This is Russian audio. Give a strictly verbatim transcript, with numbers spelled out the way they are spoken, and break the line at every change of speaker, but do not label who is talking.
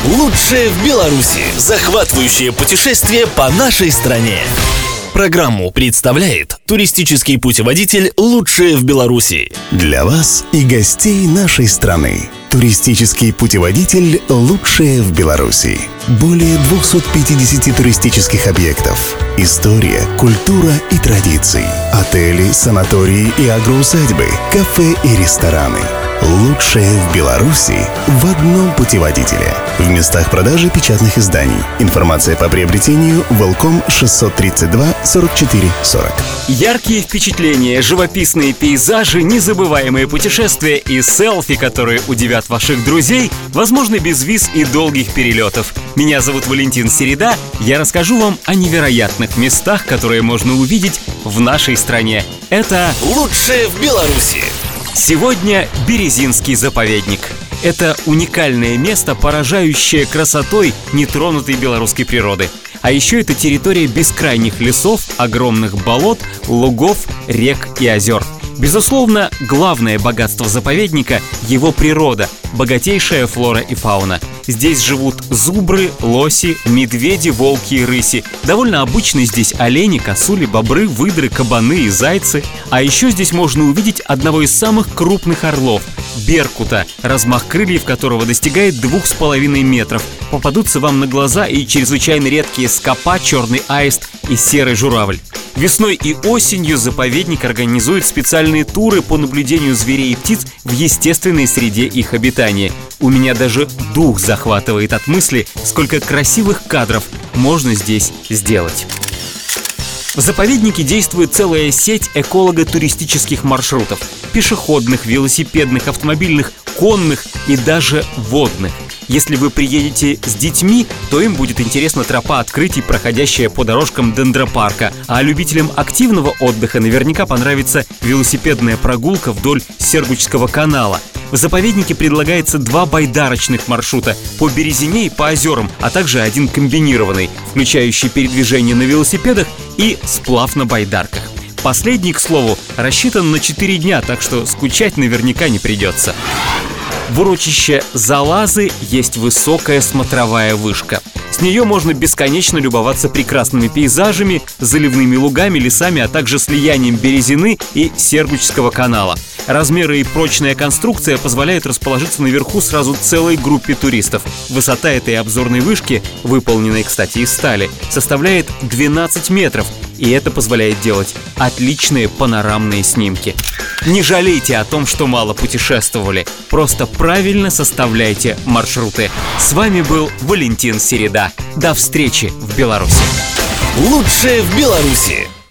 Лучшее в Беларуси. Захватывающее путешествие по нашей стране. Программу представляет туристический путеводитель «Лучшее в Беларуси».
Для вас и гостей нашей страны. Туристический путеводитель «Лучшее в Беларуси». Более двухсот пятидесяти туристических объектов. История, культура и традиции. Отели, санатории и агроусадьбы. Кафе и рестораны. Лучшее в Беларуси в одном путеводителе. В местах продажи печатных изданий. Информация по приобретению Волком шестьсот тридцать два сорок четыре сорок.
Яркие впечатления, живописные пейзажи, незабываемые путешествия и селфи, которые удивят ваших друзей, возможно, без виз и долгих перелетов. Меня зовут Валентин Середа. Я расскажу вам о невероятных местах, которые можно увидеть в нашей стране. Это
«Лучшее в Беларуси».
Сегодня Березинский заповедник. Это уникальное место, поражающее красотой нетронутой белорусской природы. А еще это территория бескрайних лесов, огромных болот, лугов, рек и озер. Безусловно, главное богатство заповедника – его природа, богатейшая флора и фауна. Здесь живут зубры, лоси, медведи, волки и рыси. Довольно обычны здесь олени, косули, бобры, выдры, кабаны и зайцы. А еще здесь можно увидеть одного из самых крупных орлов – беркута, размах крыльев которого достигает двух с половиной метров. Попадутся вам на глаза и чрезвычайно редкие скопа, черный аист и серый журавль. Весной и осенью заповедник организует специальные туры по наблюдению зверей и птиц в естественной среде их обитания. У меня даже дух захватывает от мысли, сколько красивых кадров можно здесь сделать. В заповеднике действует целая сеть эколого-туристических маршрутов – пешеходных, велосипедных, автомобильных, конных и даже водных. Если вы приедете с детьми, то им будет интересна тропа открытий, проходящая по дорожкам дендропарка, а любителям активного отдыха наверняка понравится велосипедная прогулка вдоль Сергучского канала. В заповеднике предлагается два байдарочных маршрута по Березине и по озерам, а также один комбинированный, включающий передвижение на велосипедах и сплав на байдарках. Последний, к слову, рассчитан на четыре дня, так что скучать наверняка не придется. В урочище Залазы есть высокая смотровая вышка. С нее можно бесконечно любоваться прекрасными пейзажами, заливными лугами, лесами, а также слиянием Березины и Сергучского канала. Размеры и прочная конструкция позволяют расположиться наверху сразу целой группе туристов. Высота этой обзорной вышки, выполненной, кстати, из стали, составляет двенадцать метров, и это позволяет делать отличные панорамные снимки. Не жалейте о том, что мало путешествовали. Просто правильно составляйте маршруты. С вами был Валентин Середа. До встречи в Беларуси.
Лучшее в Беларуси.